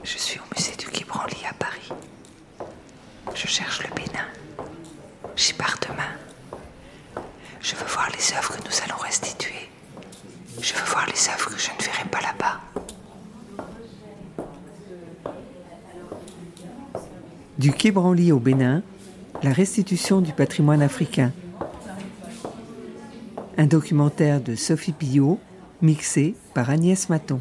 Je suis au musée du Quai Branly à Paris. Je cherche le Bénin. J'y pars demain. Je veux voir les œuvres que nous allons restituer. Je veux voir les œuvres que je ne verrai pas là-bas. Du Quai Branly au Bénin, la restitution du patrimoine africain. Un documentaire de Sophie Pillot, mixé par Agnès Maton.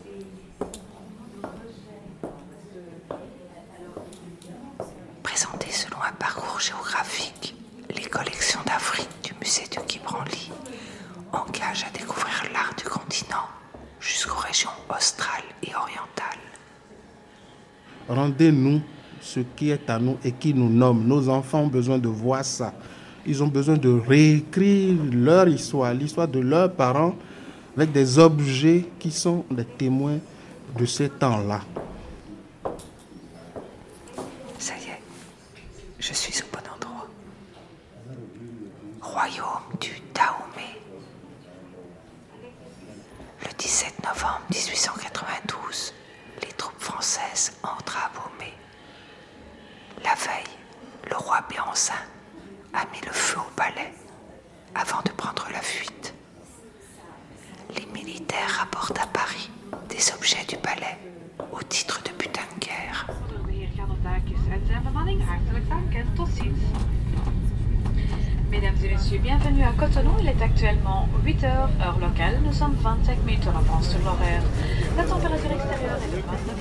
Présenté selon un parcours géographique, les collections d'Afrique du musée du Quai Branly engagent à découvrir l'art du continent jusqu'aux régions australes et orientales. Rendez-nous ce qui est à nous et qui nous nomme. Nos enfants ont besoin de voir ça. Ils ont besoin de réécrire leur histoire, l'histoire de leurs parents, avec des objets qui sont des témoins de ces temps-là. Ça y est, je suis au bon endroit. Royaume du Dahomey. Le 17 novembre 1892, les troupes françaises entrent à Abomey. La veille, le roi Béhanzin a mis le feu au palais avant de prendre la fuite. Les militaires rapportent à Paris des objets du palais au titre de butin de guerre. Mesdames et messieurs, bienvenue à Cotonou. Il est actuellement 8h, heure locale. Nous sommes 25 minutes en avance sur l'horaire. La température extérieure est de 29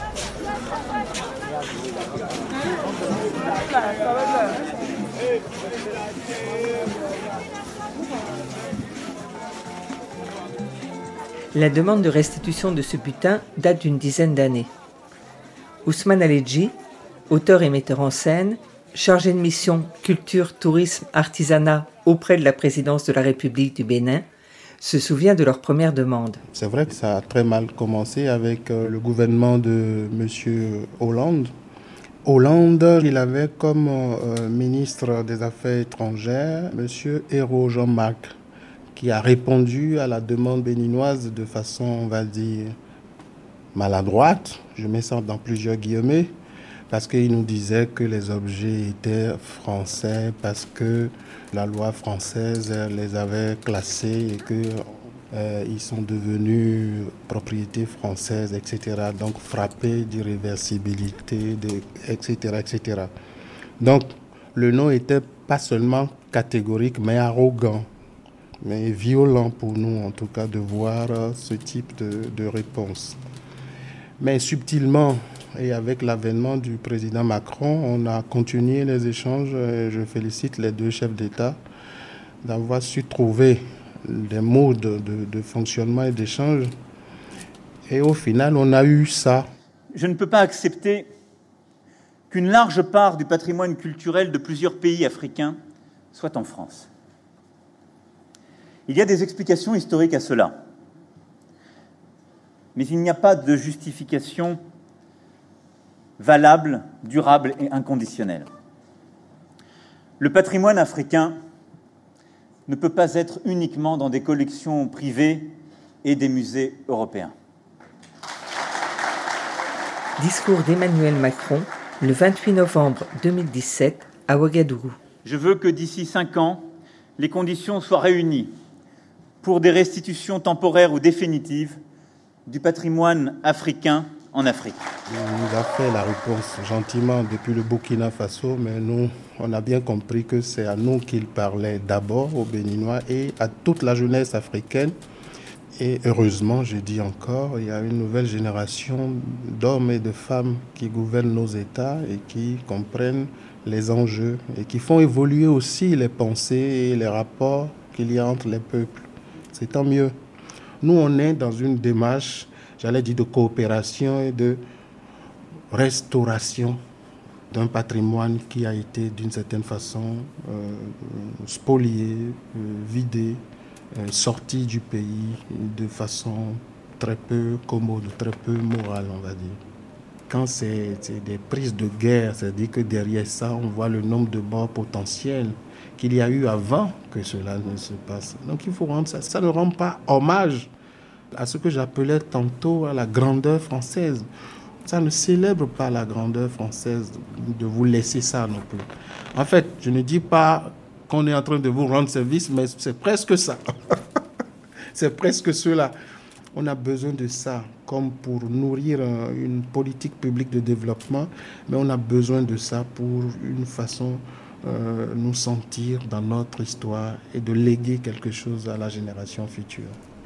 La demande de restitution de ce butin date d'une dizaine d'années. Ousmane Aledji, auteur et metteur en scène, chargé de mission culture, tourisme, artisanat auprès de la présidence de la République du Bénin, se souvient de leur première demande. C'est vrai que ça a très mal commencé avec le gouvernement de M. Hollande. Hollande, il avait comme ministre des Affaires étrangères M. Hérault Jean-Marc, qui a répondu à la demande béninoise de façon, on va dire, maladroite. Je mets ça dans plusieurs guillemets, parce qu'il nous disait que les objets étaient français, parce que la loi française les avait classés et qu'ils sont devenus propriété française, etc. Donc frappés d'irréversibilité, etc., etc. Donc le nom était pas seulement catégorique, mais arrogant, mais violent pour nous, en tout cas, de voir ce type de réponse. Mais subtilement, et avec l'avènement du président Macron, on a continué les échanges. Je félicite les deux chefs d'État d'avoir su trouver des modes de fonctionnement et d'échange. Et au final, on a eu ça. Je ne peux pas accepter qu'une large part du patrimoine culturel de plusieurs pays africains soit en France. Il y a des explications historiques à cela. Mais il n'y a pas de justification valable, durable et inconditionnelle. Le patrimoine africain ne peut pas être uniquement dans des collections privées et des musées européens. Discours d'Emmanuel Macron, le 28 novembre 2017, à Ouagadougou. Je veux que d'ici 5 ans, les conditions soient réunies pour des restitutions temporaires ou définitives du patrimoine africain en Afrique. Il nous a fait la réponse gentiment depuis le Burkina Faso, mais nous, on a bien compris que c'est à nous qu'il parlait d'abord, aux Béninois et à toute la jeunesse africaine. Et heureusement, je dis encore, il y a une nouvelle génération d'hommes et de femmes qui gouvernent nos États et qui comprennent les enjeux et qui font évoluer aussi les pensées et les rapports qu'il y a entre les peuples. C'est tant mieux. Nous, on est dans une démarche, j'allais dire, de coopération et de restauration d'un patrimoine qui a été d'une certaine façon spolié, vidé, sorti du pays de façon très peu commode, très peu morale, on va dire. Quand c'est des prises de guerre, c'est-à-dire que derrière ça, on voit le nombre de morts potentiels qu'il y a eu avant que cela ne se passe. Donc il faut rendre ça. Ça ne rend pas hommage à ce que j'appelais tantôt à la grandeur française. Ça ne célèbre pas la grandeur française de vous laisser ça non plus. En fait, je ne dis pas qu'on est en train de vous rendre service, mais c'est presque ça. C'est presque cela. On a besoin de ça comme pour nourrir une politique publique de développement, mais on a besoin de ça pour une façon nous sentir dans notre histoire et de léguer quelque chose à la génération future.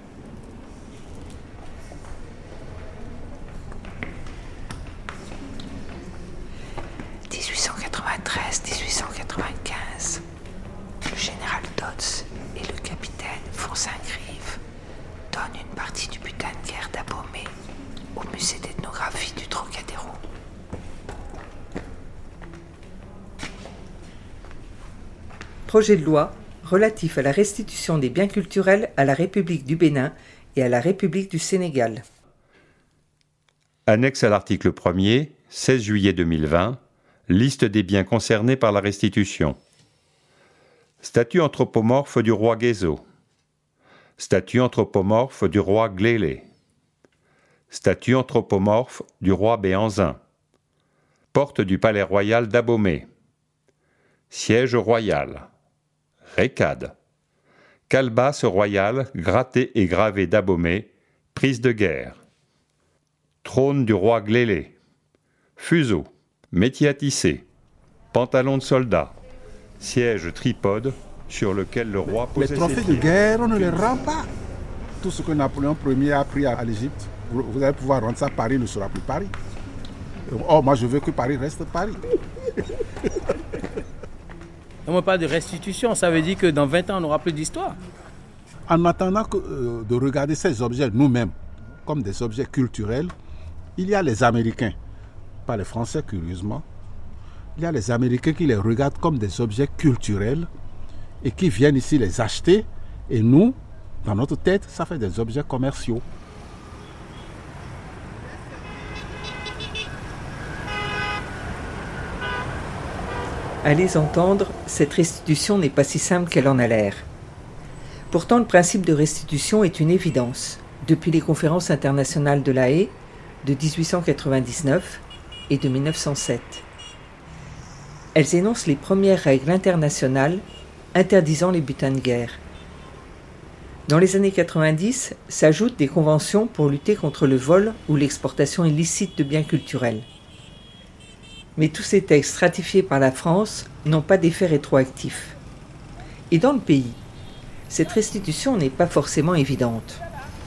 « 1893-1895, le général Dodds et le capitaine Foncingrive donnent une partie du butin de guerre d'Abomey au musée d'ethnographie du Trocadéro. Projet de loi relatif à la restitution des biens culturels à la République du Bénin et à la République du Sénégal. Annexe à l'article 1er, 16 juillet 2020, liste des biens concernés par la restitution. Statue anthropomorphe du roi Guézo. Statue anthropomorphe du roi Glélé. Statue anthropomorphe du roi Béhanzin. Porte du palais royal d'Abomey. Siège royal. Récade. Calebasse royale grattée et gravée d'Abomey. Prise de guerre. Trône du roi Glélé. Fuseau. Métier à tisser. Pantalon de soldat. Siège tripode sur lequel le roi posait ses pieds. Les trophées de guerre, on ne les rend pas. Tout ce que Napoléon Ier a pris à l'Égypte, vous allez pouvoir rendre ça à Paris, ne sera plus Paris. Oh, moi je veux que Paris reste Paris. On ne parle de restitution, ça veut dire que dans 20 ans, on n'aura plus d'histoire. En attendant de regarder ces objets nous-mêmes comme des objets culturels, il y a les Américains, pas les Français curieusement, il y a les Américains qui les regardent comme des objets culturels et qui viennent ici les acheter, et nous, dans notre tête, ça fait des objets commerciaux. À les entendre, cette restitution n'est pas si simple qu'elle en a l'air. Pourtant, le principe de restitution est une évidence, depuis les conférences internationales de La Haye de 1899 et de 1907. Elles énoncent les premières règles internationales interdisant les butins de guerre. Dans les années 90, s'ajoutent des conventions pour lutter contre le vol ou l'exportation illicite de biens culturels. Mais tous ces textes ratifiés par la France n'ont pas d'effet rétroactif. Et dans le pays, cette restitution n'est pas forcément évidente.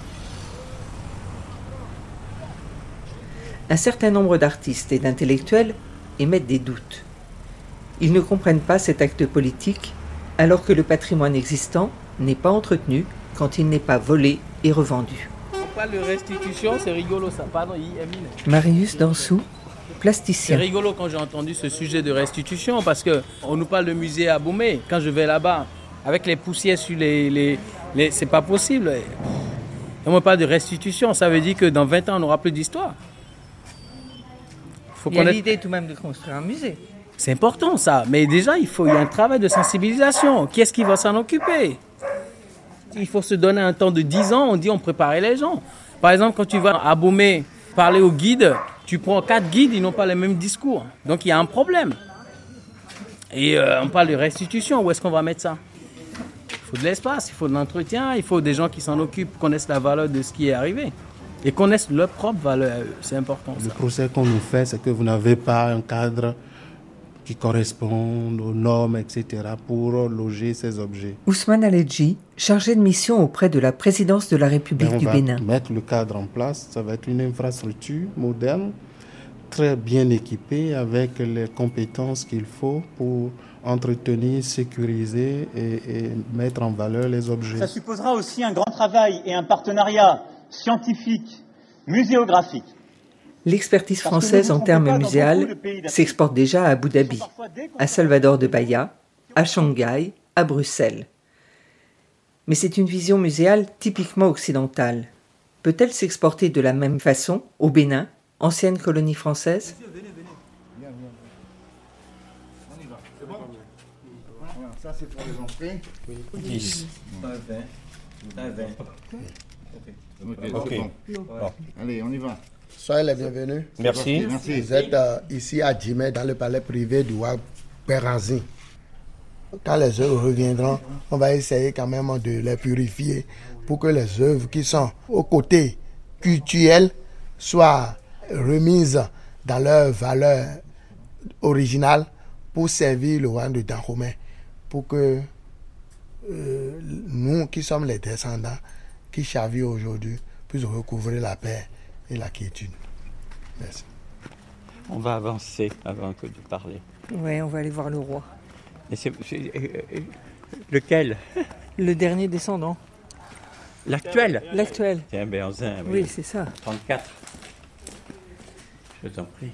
Un certain nombre d'artistes et d'intellectuels émettent des doutes. Ils ne comprennent pas cet acte politique, alors que le patrimoine existant n'est pas entretenu quand il n'est pas volé et revendu. On parle de restitution, c'est rigolo ça, pardon, Emile. Marius Dansou, plasticien. C'est rigolo quand j'ai entendu ce sujet de restitution parce qu'on nous parle de musée à Abomey. Quand je vais là-bas, avec les poussières sur les c'est pas possible. On me parle de restitution, ça veut dire que dans 20 ans, on n'aura plus d'histoire. Il y a l'idée tout de même de construire un musée. C'est important ça, mais déjà il y a un travail de sensibilisation. Qui est-ce qui va s'en occuper? Il faut se donner un temps de 10 ans, on dit on préparait les gens. Par exemple, quand tu vas à Abomey parler aux guides, tu prends 4 guides, ils n'ont pas les mêmes discours. Donc il y a un problème. Et on parle de restitution, où est-ce qu'on va mettre ça? Il faut de l'espace, il faut de l'entretien, il faut des gens qui s'en occupent, connaissent la valeur de ce qui est arrivé. Et connaissent leur propre valeur à eux. C'est important. Le procès qu'on nous fait, c'est que vous n'avez pas un cadre qui correspond aux normes, etc., pour loger ces objets. Ousmane Aledji, chargé de mission auprès de la présidence de la République du Bénin. On va mettre le cadre en place. Ça va être une infrastructure moderne, très bien équipée, avec les compétences qu'il faut pour entretenir, sécuriser et mettre en valeur les objets. Ça supposera aussi un grand travail et un partenariat scientifique, muséographique. L'expertise française en termes muséals s'exporte déjà à Abu Dhabi, à Salvador de Bahia, à Shanghai, à Bruxelles. Mais c'est une vision muséale typiquement occidentale. Peut-elle s'exporter de la même façon au Bénin, ancienne colonie française? Ça c'est pour les entrées. 10, 20, 20. Ok. Allez, on y va. Soyez les bienvenus. Merci. Vous êtes ici à Djimé, dans le palais privé du roi Bérazi. Quand les œuvres reviendront, on va essayer quand même de les purifier pour que les œuvres qui sont au côté culturel soient remises dans leur valeur originale pour servir le roi de Dahomey, pour que nous qui sommes les descendants, qui chavirent aujourd'hui, puissent recouvrer la paix et la quiétude. Merci. On va avancer avant que de parler. Oui, on va aller voir le roi. Et lequel? Le dernier descendant. L'actuel? L'actuel. C'est un Béanzin, oui, c'est ça. 34. Je t'en prie.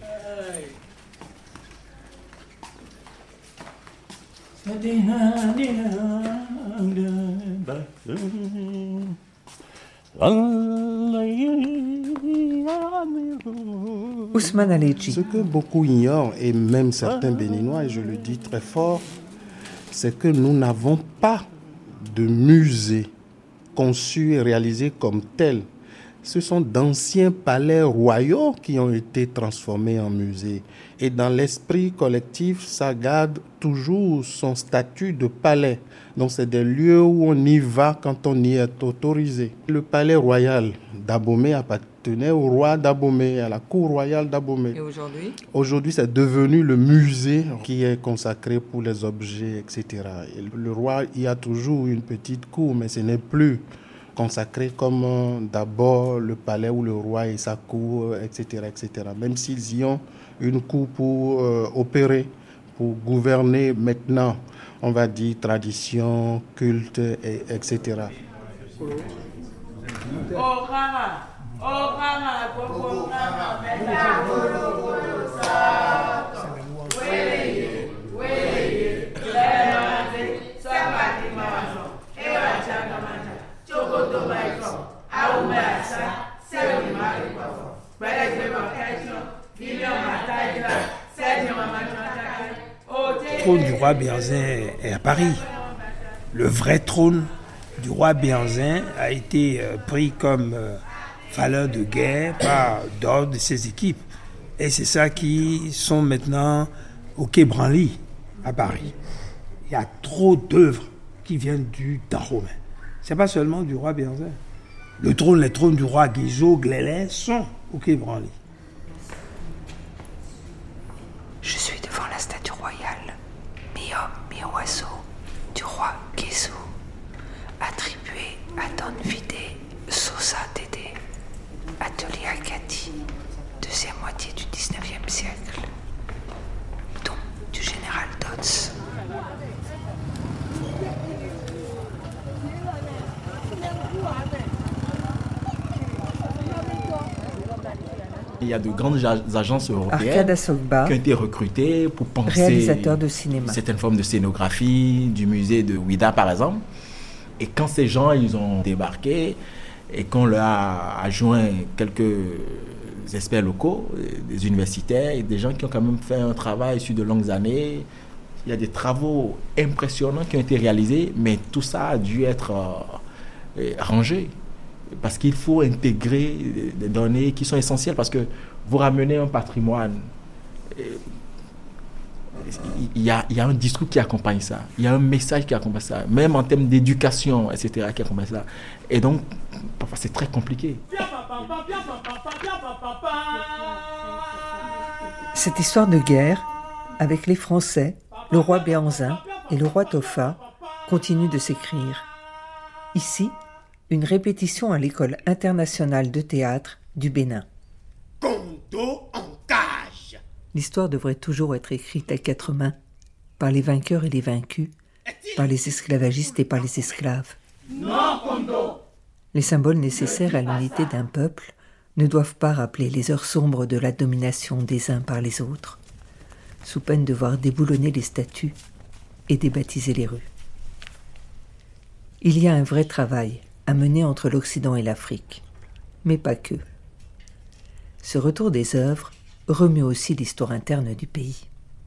Ousmane Aledji. Ce que beaucoup ignorent, et même certains Béninois, et je le dis très fort, c'est que nous n'avons pas de musée conçu et réalisé comme tel. Ce sont d'anciens palais royaux qui ont été transformés en musée. Et dans l'esprit collectif, ça garde toujours son statut de palais. Donc c'est des lieux où on y va quand on y est autorisé. Le palais royal d'Abomey appartenait au roi d'Abomey, à la cour royale d'Abomey. Et aujourd'hui? Aujourd'hui, c'est devenu le musée qui est consacré pour les objets, etc. Et le roi y a toujours une petite cour, mais ce n'est plus consacré comme d'abord le palais où le roi et sa cour, etc., etc. Même s'ils y ont une cour pour opérer, pour gouverner maintenant, on va dire tradition, culte, etc. Le trône du roi Béanzin est à Paris. Le vrai trône du roi Béanzin a été pris comme valeur de guerre par d'ordre de ses équipes. Et c'est ça qui sont maintenant au Quai Branly à Paris. Il y a trop d'œuvres qui viennent du Dahomey. C'est pas seulement du roi Béanzin. Les trônes du roi Guizot, Glélin sont au Quai Branly. Je suis devant la statue royale, mi-homme, mi-oiseau, du roi Guizot, attribuée à Don Vidé Sosa Dédé, atelier Acadie, deuxième moitié du 19e siècle, don du général Dodds. Il y a de grandes agences européennes Arkad Asogba, qui ont été recrutées pour penser réalisateur de cinéma, certaines formes de scénographie, du musée de Ouida par exemple. Et quand ces gens ils ont débarqué et qu'on leur a adjoint quelques experts locaux, des universitaires et des gens qui ont quand même fait un travail sur de longues années, il y a des travaux impressionnants qui ont été réalisés, mais tout ça a dû être rangé. Parce qu'il faut intégrer des données qui sont essentielles, parce que vous ramenez un patrimoine, il y a un discours qui accompagne ça, il y a un message qui accompagne ça, même en termes d'éducation, etc., qui accompagne ça. Et donc, parfois, c'est très compliqué. Cette histoire de guerre, avec les Français, le roi Béanzin et le roi Tofa, continue de s'écrire. Ici, une répétition à l'école internationale de théâtre du Bénin. Kondo en cage. L'histoire devrait toujours être écrite à quatre mains, par les vainqueurs et les vaincus, par les esclavagistes et par les esclaves. Non, Kondo. Les symboles nécessaires à l'unité d'un peuple ne doivent pas rappeler les heures sombres de la domination des uns par les autres, sous peine de voir déboulonner les statues et débaptiser les rues. Il y a un vrai travail à mener entre l'Occident et l'Afrique, mais pas que. Ce retour des œuvres remue aussi l'histoire interne du pays.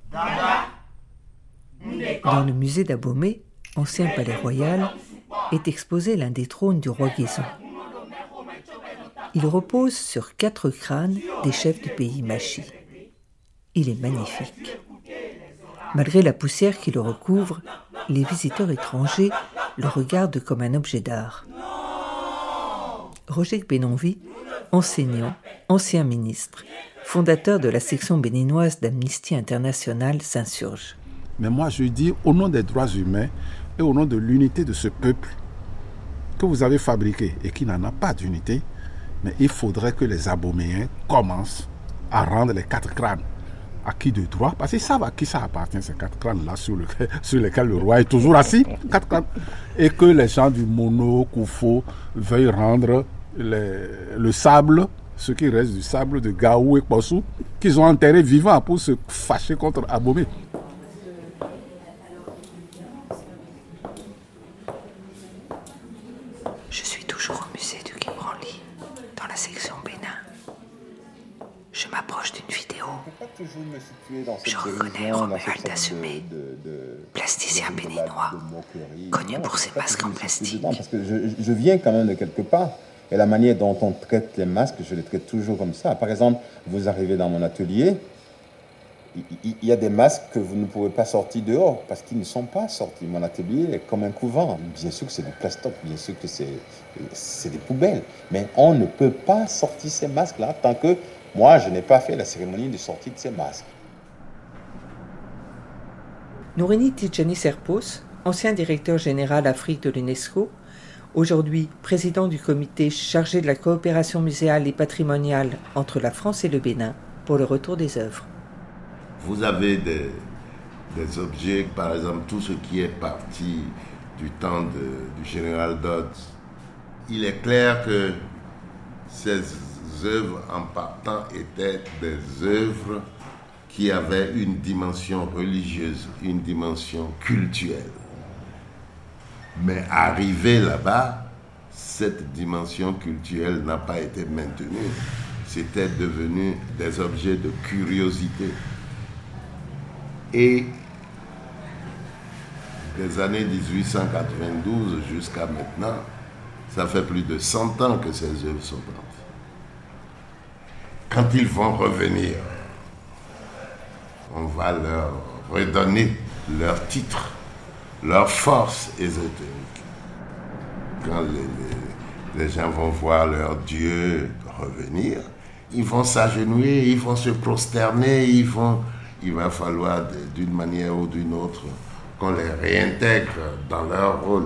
Dans le musée d'Abomey, ancien palais royal, est exposé l'un des trônes du roi Guizot. Il repose sur 4 crânes des chefs du pays Machi. Il est magnifique. Malgré la poussière qui le recouvre, les visiteurs étrangers le regardent comme un objet d'art. Roger Benonvi, enseignant, ancien ministre, fondateur de la section béninoise d'Amnesty International, s'insurge. Mais moi je dis, au nom des droits humains et au nom de l'unité de ce peuple que vous avez fabriqué et qui n'en a pas d'unité, mais il faudrait que les Aboméens commencent à rendre les 4 crânes acquis de droit, parce qu'ils savent à qui ça appartient, ces 4 crânes-là sur lesquels le roi est toujours assis, 4 crânes, et que les gens du Mono, Koufo veuillent rendre le sable, ce qui reste du sable de Gaou et Kpossou, qu'ils ont enterré vivant pour se fâcher contre Abomey. Je suis toujours au musée du Quai Branly, dans la section Bénin. Je m'approche d'une vidéo. Je reconnais Romuald Dassemé, plasticien béninois, connu pour ses masques en plastique. Parce que je viens quand même de quelque part. Et la manière dont on traite les masques, je les traite toujours comme ça. Par exemple, vous arrivez dans mon atelier, il y a des masques que vous ne pouvez pas sortir dehors parce qu'ils ne sont pas sortis. Mon atelier est comme un couvent. Bien sûr que c'est du plastoc, bien sûr que c'est des poubelles. Mais on ne peut pas sortir ces masques-là tant que moi, je n'ai pas fait la cérémonie de sortie de ces masques. Nouréni Tidjani Serpos, ancien directeur général Afrique de l'UNESCO, aujourd'hui président du comité chargé de la coopération muséale et patrimoniale entre la France et le Bénin pour le retour des œuvres. Vous avez des objets, par exemple tout ce qui est parti du temps du général Dodds. Il est clair que ces œuvres en partant étaient des œuvres qui avaient une dimension religieuse, une dimension culturelle. Mais arrivé là-bas, cette dimension culturelle n'a pas été maintenue. C'était devenu des objets de curiosité. Et des années 1892 jusqu'à maintenant, ça fait plus de 100 ans que ces œuvres sont parties. Quand ils vont revenir, on va leur redonner leur titre, leur force ésotérique. Quand les gens vont voir leur Dieu revenir, ils vont s'agenouiller, ils vont se prosterner, il va falloir d'une manière ou d'une autre qu'on les réintègre dans leur rôle.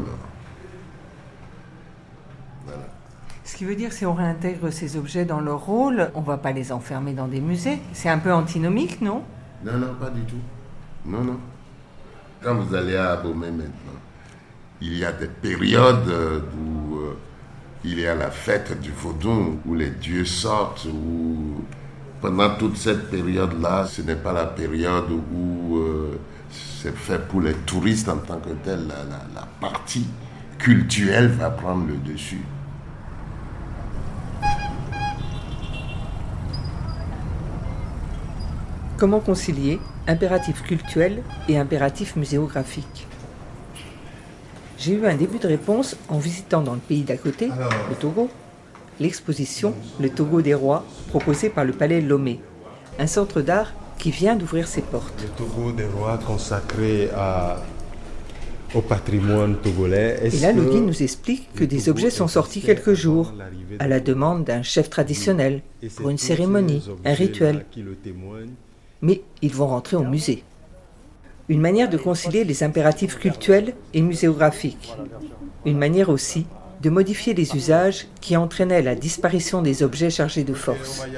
Voilà. Ce qui veut dire, si on réintègre ces objets dans leur rôle, on ne va pas les enfermer dans des musées. C'est un peu antinomique, non ? Non, pas du tout. Non. Quand vous allez à Abomey maintenant, il y a des périodes où il y a la fête du Vaudou, où les dieux sortent, où pendant toute cette période-là, ce n'est pas la période où c'est fait pour les touristes en tant que tel. La partie culturelle va prendre le dessus. Comment concilier impératif cultuel et impératif muséographique ? J'ai eu un début de réponse en visitant dans le pays d'à côté, le Togo, l'exposition Le Togo des Rois, proposée par le Palais Lomé, un centre d'art qui vient d'ouvrir ses portes. Le Togo des Rois consacré au patrimoine togolais. Et là, le guide nous explique que des objets sont sortis quelques jours, à la demande d'un chef traditionnel, pour une cérémonie, un rituel. Mais ils vont rentrer au musée. Une manière de concilier les impératifs cultuels et muséographiques. Une manière aussi de modifier les usages qui entraînaient la disparition des objets chargés de force.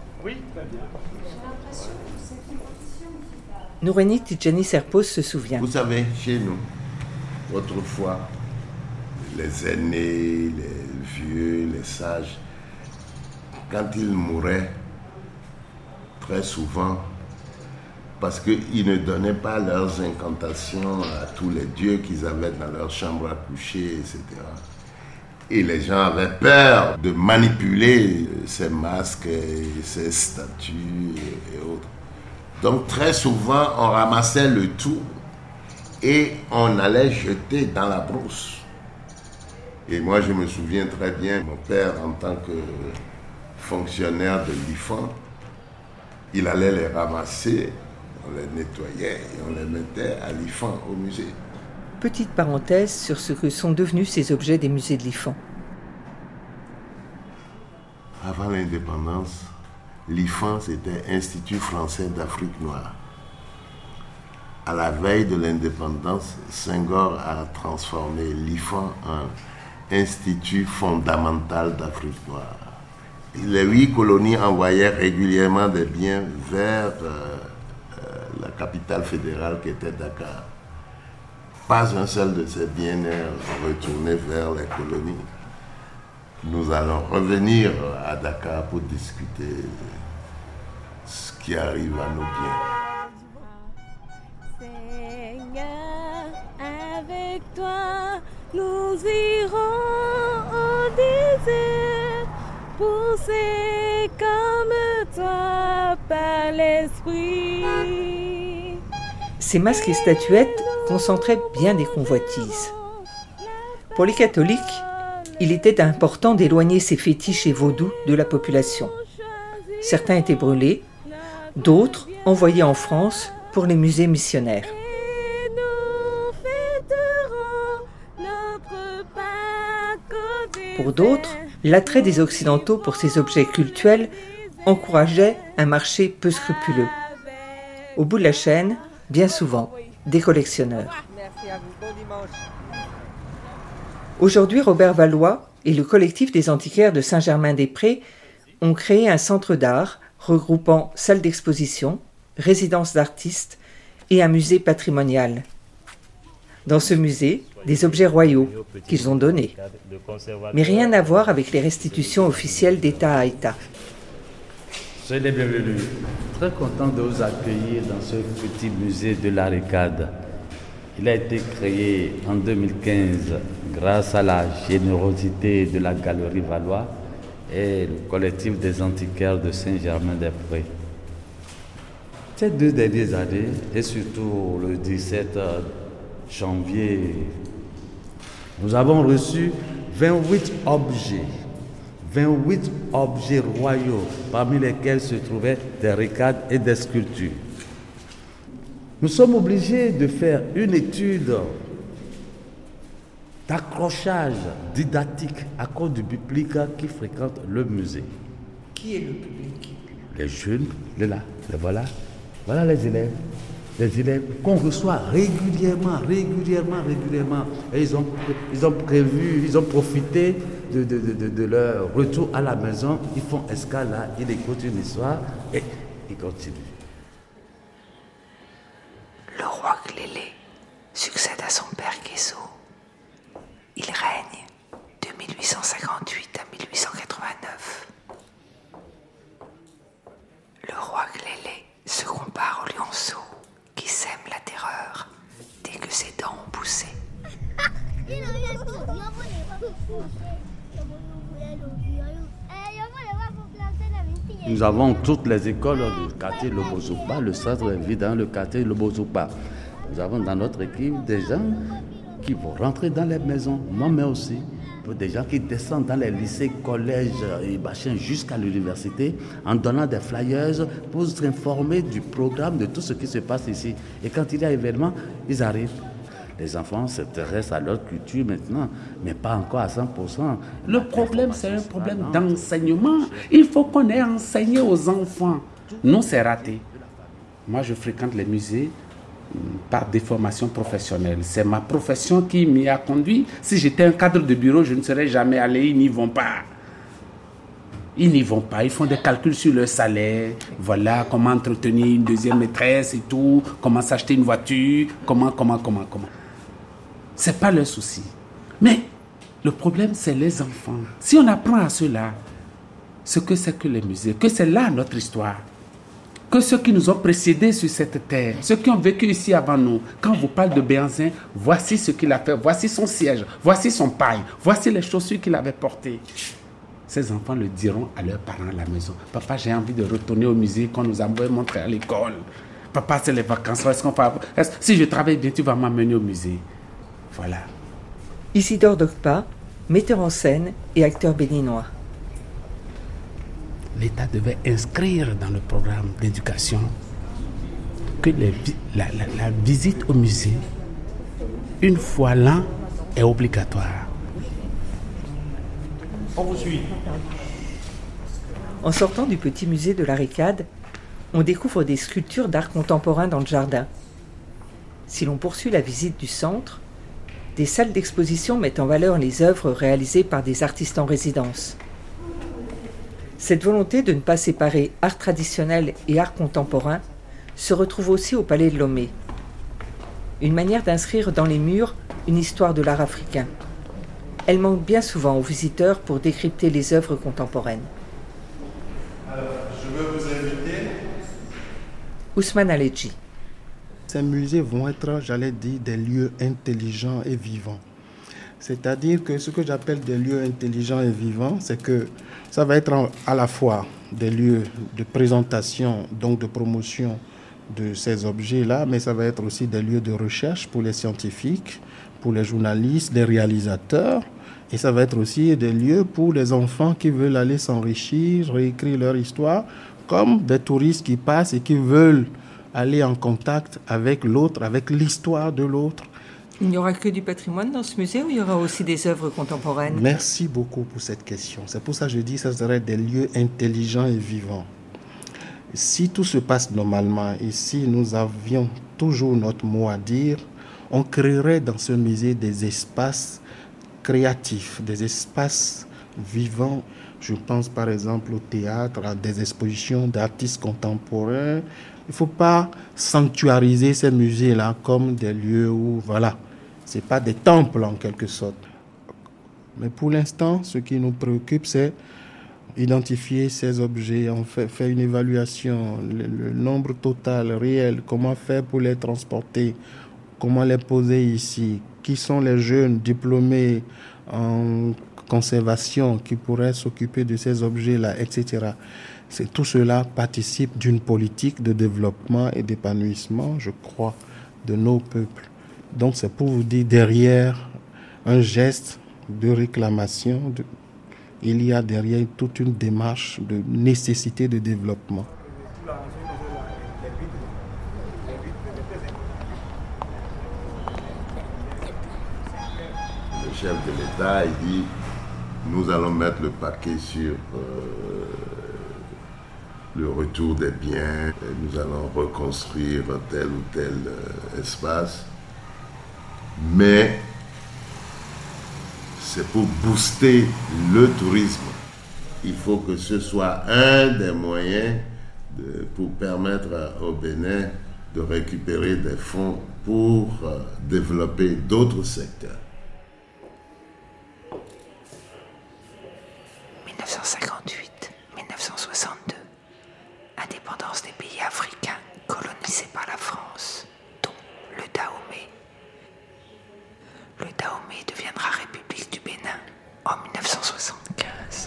Nouréni Tidjani Serpos se souvient. Vous savez, chez nous, autrefois, les aînés, les vieux, les sages, quand ils mouraient, très souvent, parce qu'ils ne donnaient pas leurs incantations à tous les dieux qu'ils avaient dans leur chambre à coucher, etc. Et les gens avaient peur de manipuler ces masques, ces statues et autres. Donc très souvent, on ramassait le tout et on allait jeter dans la brousse. Et moi, je me souviens très bien, mon père, en tant que fonctionnaires de l'IFAN, il allait les ramasser, on les nettoyait et on les mettait à l'IFAN au musée. Petite parenthèse sur ce que sont devenus ces objets des musées de l'IFAN. Avant l'indépendance, l'IFAN c'était Institut français d'Afrique noire. À la veille de l'indépendance, Senghor a transformé l'IFAN en Institut fondamental d'Afrique noire. Les 8 colonies envoyaient régulièrement des biens vers la capitale fédérale qui était Dakar. Pas un seul de ces biens n'est retourné vers les colonies. Nous allons revenir à Dakar pour discuter ce qui arrive à nos biens. Avec toi, nous irons au désert, poussés comme toi par l'esprit. Ces masques et statuettes concentraient bien des convoitises. Pour les catholiques, il était important d'éloigner ces fétiches et vaudous de la population. Certains étaient brûlés, d'autres envoyés en France pour les musées missionnaires. Pour d'autres, l'attrait des Occidentaux pour ces objets cultuels encourageait un marché peu scrupuleux. Au bout de la chaîne, bien souvent, des collectionneurs. Aujourd'hui, Robert Valois et le collectif des antiquaires de Saint-Germain-des-Prés ont créé un centre d'art regroupant salle d'exposition, résidence d'artistes et un musée patrimonial. Dans ce musée, des objets royaux qu'ils ont donnés. Mais rien à voir avec les restitutions officielles d'État à État. Soyez les bienvenus. Très content de vous accueillir dans ce petit musée de la Ricade. Il a été créé en 2015 grâce à la générosité de la Galerie Valois et le collectif des antiquaires de Saint-Germain-des-Prés. Ces 2 dernières années, et surtout le 17 janvier, nous avons reçu 28 objets royaux, parmi lesquels se trouvaient des ricades et des sculptures. Nous sommes obligés de faire une étude d'accrochage didactique à cause du public qui fréquente le musée. Qui est le public? Les jeunes, les voilà. Voilà les élèves qu'on reçoit régulièrement. Et ils ont profité de leur retour à la maison. Ils font escale là, ils écoutent une histoire et ils continuent. Le roi Clélé succède à son père Guézo. Il règne de 1858 à 1889. Le roi Clélé se compare au lionceau qui sème la terreur dès que ses dents ont poussé. Nous avons toutes les écoles du quartier Lobozoupa, le centre est vide dans le quartier Lobozoupa. Nous avons dans notre équipe des gens qui vont rentrer dans les maisons, moi-même aussi, des gens qui descendent dans les lycées, collèges et machins jusqu'à l'université en donnant des flyers pour s'informer du programme, de tout ce qui se passe ici. Et quand il y a événement, ils arrivent. Les enfants s'intéressent à leur culture maintenant, mais pas encore à 100%. Le problème, c'est un problème d'enseignement. Il faut qu'on ait enseigné aux enfants. Nous, c'est raté. Moi, je fréquente les musées par déformation professionnelle. C'est ma profession qui m'y a conduit. Si j'étais un cadre de bureau, je ne serais jamais allé. Ils n'y vont pas. Ils font des calculs sur leur salaire. Voilà, comment entretenir une deuxième maîtresse et tout. Comment s'acheter une voiture. Comment. C'est pas leur souci. Mais le problème, c'est les enfants. Si on apprend à ceux-là ce que c'est que les musées, que c'est là notre histoire, que ceux qui nous ont précédés sur cette terre, ceux qui ont vécu ici avant nous, quand on vous parle de Béhanzin, voici ce qu'il a fait, voici son siège, voici son paille, voici les chaussures qu'il avait portées. Ces enfants le diront à leurs parents à la maison. Papa, j'ai envie de retourner au musée qu'on nous a montré à l'école. Papa, c'est les vacances. Si je travaille bien, tu vas m'amener au musée. Voilà. Isidore Dokpa, metteur en scène et acteur béninois. l'État devait inscrire dans le programme d'éducation que la visite au musée, une fois l'an, est obligatoire. On vous suit. En sortant du petit musée de la Ricade, on découvre des sculptures d'art contemporain dans le jardin. Si l'on poursuit la visite du centre, des salles d'exposition mettent en valeur les œuvres réalisées par des artistes en résidence. Cette volonté de ne pas séparer art traditionnel et art contemporain se retrouve aussi au Palais de Lomé. Une manière d'inscrire dans les murs une histoire de l'art africain. Elle manque bien souvent aux visiteurs pour décrypter les œuvres contemporaines. Alors, je veux vous inviter. Ousmane Aledji. Ces musées vont être, j'allais dire, des lieux intelligents et vivants. C'est-à-dire que ce que j'appelle des lieux intelligents et vivants, c'est que ça va être à la fois des lieux de présentation, donc de promotion de ces objets-là, mais ça va être aussi des lieux de recherche pour les scientifiques, pour les journalistes, les réalisateurs, et ça va être aussi des lieux pour les enfants qui veulent aller s'enrichir, réécrire leur histoire, comme des touristes qui passent et qui veulent aller en contact avec l'autre, avec l'histoire de l'autre. Il n'y aura que du patrimoine dans ce musée ou il y aura aussi des œuvres contemporaines? Merci beaucoup pour cette question. C'est pour ça que je dis que ça serait des lieux intelligents et vivants. Si tout se passe normalement et si nous avions toujours notre mot à dire, on créerait dans ce musée des espaces créatifs, des espaces vivants. Je pense par exemple au théâtre, à des expositions d'artistes contemporains. Il ne faut pas sanctuariser ces musées-là comme des lieux où, voilà, ce n'est pas des temples en quelque sorte. Mais pour l'instant, ce qui nous préoccupe, c'est identifier ces objets, on fait une évaluation, le nombre total, réel, comment faire pour les transporter, comment les poser ici, qui sont les jeunes diplômés en conservation qui pourraient s'occuper de ces objets-là, etc. Tout cela participe d'une politique de développement et d'épanouissement, je crois, de nos peuples. Donc c'est pour vous dire, derrière un geste de réclamation, il y a derrière toute une démarche de nécessité de développement. Le chef de l'État, il dit, nous allons mettre le paquet sur le retour des biens, et nous allons reconstruire tel ou tel espace, mais c'est pour booster le tourisme. Il faut que ce soit un des moyens pour permettre au Bénin de récupérer des fonds pour développer d'autres secteurs. 1958-1962, indépendance des pays africains colonisés par la France, dont le Dahomey. Le Dahomey deviendra République du Bénin en 1975.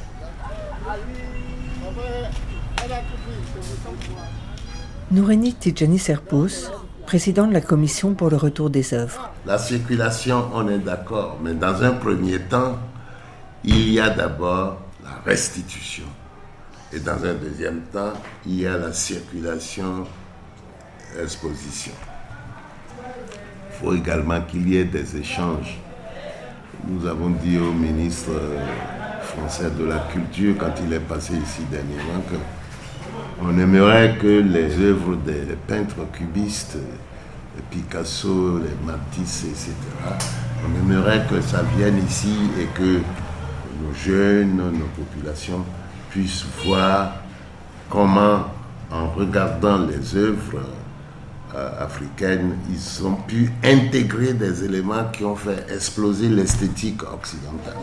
Nouréni Tidjani Serpous, président de la Commission pour le retour des œuvres. La circulation, on est d'accord, mais dans un premier temps, il y a d'abord la restitution. Et dans un deuxième temps, il y a la circulation-exposition. Il faut également qu'il y ait des échanges. Nous avons dit au ministre français de la Culture, quand il est passé ici dernièrement, qu'on aimerait que les œuvres des peintres cubistes, les Picasso, les Matisse, etc., on aimerait que ça vienne ici et que nos jeunes, nos populations puissent voir comment, en regardant les œuvres africaines, ils ont pu intégrer des éléments qui ont fait exploser l'esthétique occidentale.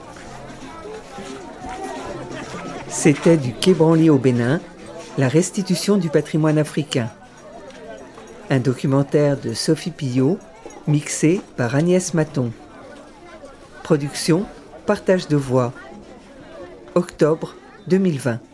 C'était du Quai Branly au Bénin, la restitution du patrimoine africain. Un documentaire de Sophie Pillot, mixé par Agnès Maton. Production, partage de voix. Octobre 2020.